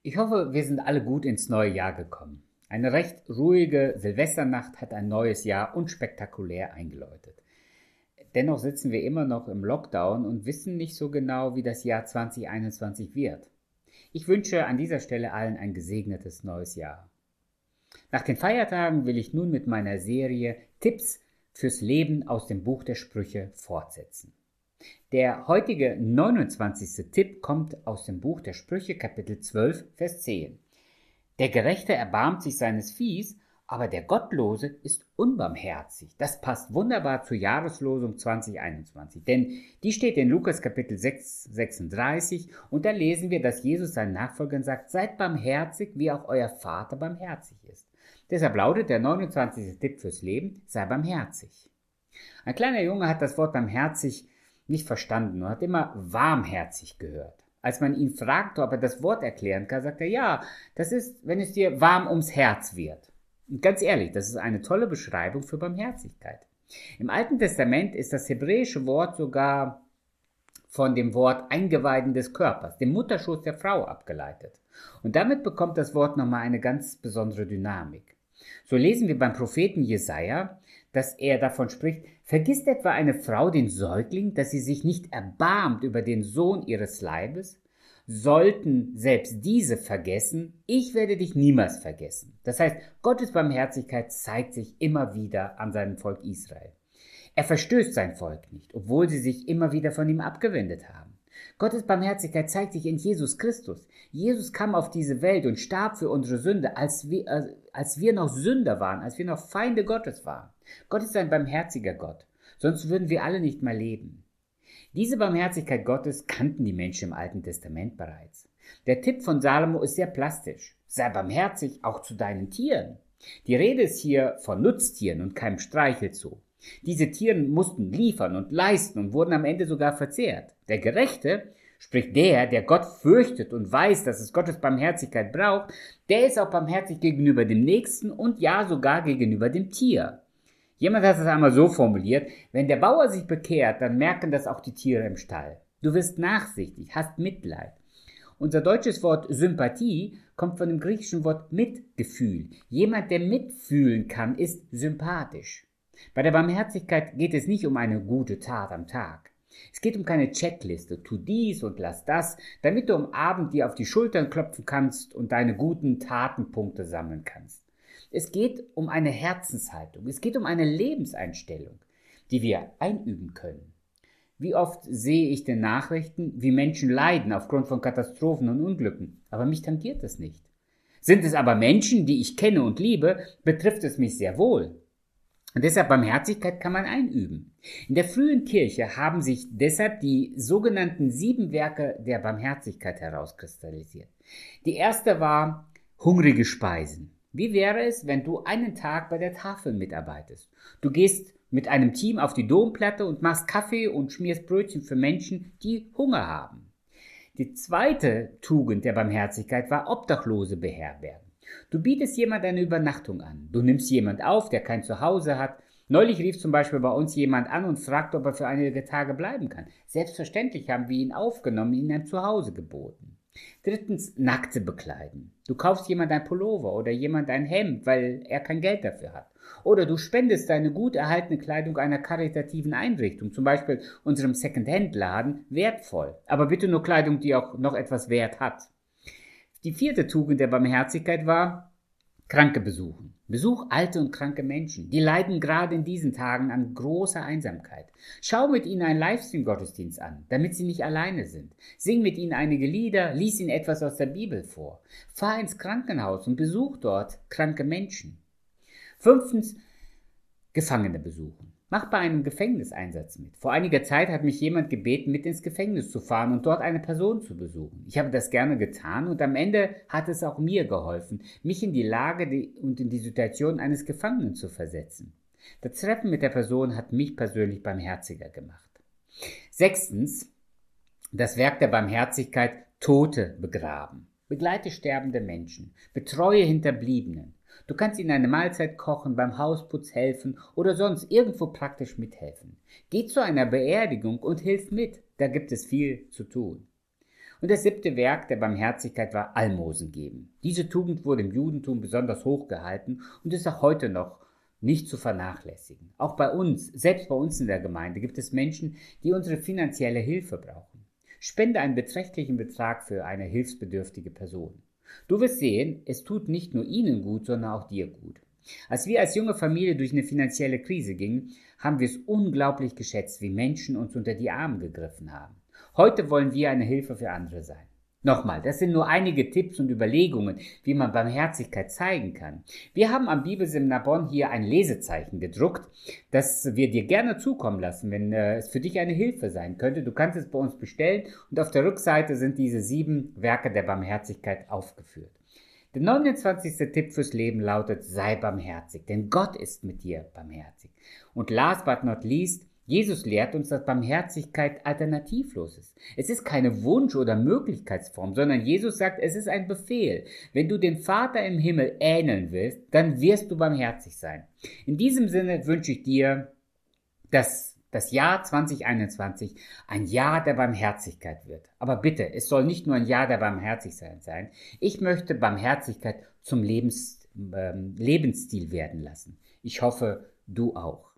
Ich hoffe, wir sind alle gut ins neue Jahr gekommen. Eine recht ruhige Silvesternacht hat ein neues Jahr unspektakulär eingeläutet. Dennoch sitzen wir immer noch im Lockdown und wissen nicht so genau, wie das Jahr 2021 wird. Ich wünsche an dieser Stelle allen ein gesegnetes neues Jahr. Nach den Feiertagen will ich nun mit meiner Serie Tipps fürs Leben aus dem Buch der Sprüche fortsetzen. Der heutige 29. Tipp kommt aus dem Buch der Sprüche, Kapitel 12, Vers 10. Der Gerechte erbarmt sich seines Viehs, aber der Gottlose ist unbarmherzig. Das passt wunderbar zur Jahreslosung 2021, denn die steht in Lukas Kapitel 6, 36 und da lesen wir, dass Jesus seinen Nachfolgern sagt, seid barmherzig, wie auch euer Vater barmherzig ist. Deshalb lautet der 29. Tipp fürs Leben, sei barmherzig. Ein kleiner Junge hat das Wort barmherzig nicht verstanden und hat immer warmherzig gehört. Als man ihn fragte, ob er das Wort erklären kann, sagt er, ja, das ist, wenn es dir warm ums Herz wird. Und ganz ehrlich, das ist eine tolle Beschreibung für Barmherzigkeit. Im Alten Testament ist das hebräische Wort sogar von dem Wort Eingeweiden des Körpers, dem Mutterschoß der Frau, abgeleitet. Und damit bekommt das Wort nochmal eine ganz besondere Dynamik. So lesen wir beim Propheten Jesaja, dass er davon spricht, vergisst etwa eine Frau den Säugling, dass sie sich nicht erbarmt über den Sohn ihres Leibes? Sollten selbst diese vergessen, ich werde dich niemals vergessen. Das heißt, Gottes Barmherzigkeit zeigt sich immer wieder an seinem Volk Israel. Er verstößt sein Volk nicht, obwohl sie sich immer wieder von ihm abgewendet haben. Gottes Barmherzigkeit zeigt sich in Jesus Christus. Jesus kam auf diese Welt und starb für unsere Sünde, als wir noch Sünder waren, als wir noch Feinde Gottes waren. Gott ist ein barmherziger Gott, sonst würden wir alle nicht mehr leben. Diese Barmherzigkeit Gottes kannten die Menschen im Alten Testament bereits. Der Tipp von Salomo ist sehr plastisch. Sei barmherzig auch zu deinen Tieren. Die Rede ist hier von Nutztieren und keinem Streichelzoo. Diese Tiere mussten liefern und leisten und wurden am Ende sogar verzehrt. Der Gerechte, sprich der Gott fürchtet und weiß, dass es Gottes Barmherzigkeit braucht, der ist auch barmherzig gegenüber dem Nächsten und ja sogar gegenüber dem Tier. Jemand hat es einmal so formuliert, wenn der Bauer sich bekehrt, dann merken das auch die Tiere im Stall. Du wirst nachsichtig, hast Mitleid. Unser deutsches Wort Sympathie kommt von dem griechischen Wort Mitgefühl. Jemand, der mitfühlen kann, ist sympathisch. Bei der Barmherzigkeit geht es nicht um eine gute Tat am Tag. Es geht um keine Checkliste, tu dies und lass das, damit du am Abend dir auf die Schultern klopfen kannst und deine guten Tatenpunkte sammeln kannst. Es geht um eine Herzenshaltung, es geht um eine Lebenseinstellung, die wir einüben können. Wie oft sehe ich in Nachrichten, wie Menschen leiden aufgrund von Katastrophen und Unglücken, aber mich tangiert es nicht. Sind es aber Menschen, die ich kenne und liebe, betrifft es mich sehr wohl. Und deshalb Barmherzigkeit kann man einüben. In der frühen Kirche haben sich deshalb die sogenannten 7 Werke der Barmherzigkeit herauskristallisiert. Die erste war hungrige Speisen. Wie wäre es, wenn du einen Tag bei der Tafel mitarbeitest? Du gehst mit einem Team auf die Domplatte und machst Kaffee und schmierst Brötchen für Menschen, die Hunger haben. Die zweite Tugend der Barmherzigkeit war Obdachlose beherbergen. Du bietest jemand eine Übernachtung an. Du nimmst jemand auf, der kein Zuhause hat. Neulich rief zum Beispiel bei uns jemand an und fragte, ob er für einige Tage bleiben kann. Selbstverständlich haben wir ihn aufgenommen, ihm ein Zuhause geboten. Drittens, Nackte bekleiden. Du kaufst jemand ein Pullover oder jemand ein Hemd, weil er kein Geld dafür hat. Oder du spendest deine gut erhaltene Kleidung einer karitativen Einrichtung, zum Beispiel unserem Second-Hand-Laden, wertvoll. Aber bitte nur Kleidung, die auch noch etwas Wert hat. Die vierte Tugend der Barmherzigkeit war Kranke besuchen. Besuch alte und kranke Menschen. Die leiden gerade in diesen Tagen an großer Einsamkeit. Schau mit ihnen einen Livestream-Gottesdienst an, damit sie nicht alleine sind. Sing mit ihnen einige Lieder, lies ihnen etwas aus der Bibel vor. Fahr ins Krankenhaus und besuch dort kranke Menschen. 5. Gefangene besuchen. Mach bei einem Gefängniseinsatz mit. Vor einiger Zeit hat mich jemand gebeten, mit ins Gefängnis zu fahren und dort eine Person zu besuchen. Ich habe das gerne getan und am Ende hat es auch mir geholfen, mich in die Lage und in die Situation eines Gefangenen zu versetzen. Das Treffen mit der Person hat mich persönlich barmherziger gemacht. 6. Das Werk der Barmherzigkeit, Tote begraben. Begleite sterbende Menschen, betreue Hinterbliebenen. Du kannst ihnen eine Mahlzeit kochen, beim Hausputz helfen oder sonst irgendwo praktisch mithelfen. Geh zu einer Beerdigung und hilf mit, da gibt es viel zu tun. Und das 7. Werk der Barmherzigkeit war Almosen geben. Diese Tugend wurde im Judentum besonders hochgehalten und ist auch heute noch nicht zu vernachlässigen. Auch bei uns, selbst bei uns in der Gemeinde, gibt es Menschen, die unsere finanzielle Hilfe brauchen. Spende einen beträchtlichen Betrag für eine hilfsbedürftige Person. Du wirst sehen, es tut nicht nur ihnen gut, sondern auch dir gut. Als wir als junge Familie durch eine finanzielle Krise gingen, haben wir es unglaublich geschätzt, wie Menschen uns unter die Arme gegriffen haben. Heute wollen wir eine Hilfe für andere sein. Nochmal, das sind nur einige Tipps und Überlegungen, wie man Barmherzigkeit zeigen kann. Wir haben am Bibelseminar Bonn hier ein Lesezeichen gedruckt, das wir dir gerne zukommen lassen, wenn es für dich eine Hilfe sein könnte. Du kannst es bei uns bestellen und auf der Rückseite sind diese 7 Werke der Barmherzigkeit aufgeführt. Der 29. Tipp fürs Leben lautet, sei barmherzig, denn Gott ist mit dir barmherzig. Und last but not least, Jesus lehrt uns, dass Barmherzigkeit alternativlos ist. Es ist keine Wunsch- oder Möglichkeitsform, sondern Jesus sagt, es ist ein Befehl. Wenn du dem Vater im Himmel ähneln willst, dann wirst du barmherzig sein. In diesem Sinne wünsche ich dir, dass das Jahr 2021 ein Jahr der Barmherzigkeit wird. Aber bitte, es soll nicht nur ein Jahr der Barmherzigkeit sein. Ich möchte Barmherzigkeit zum Lebensstil werden lassen. Ich hoffe, du auch.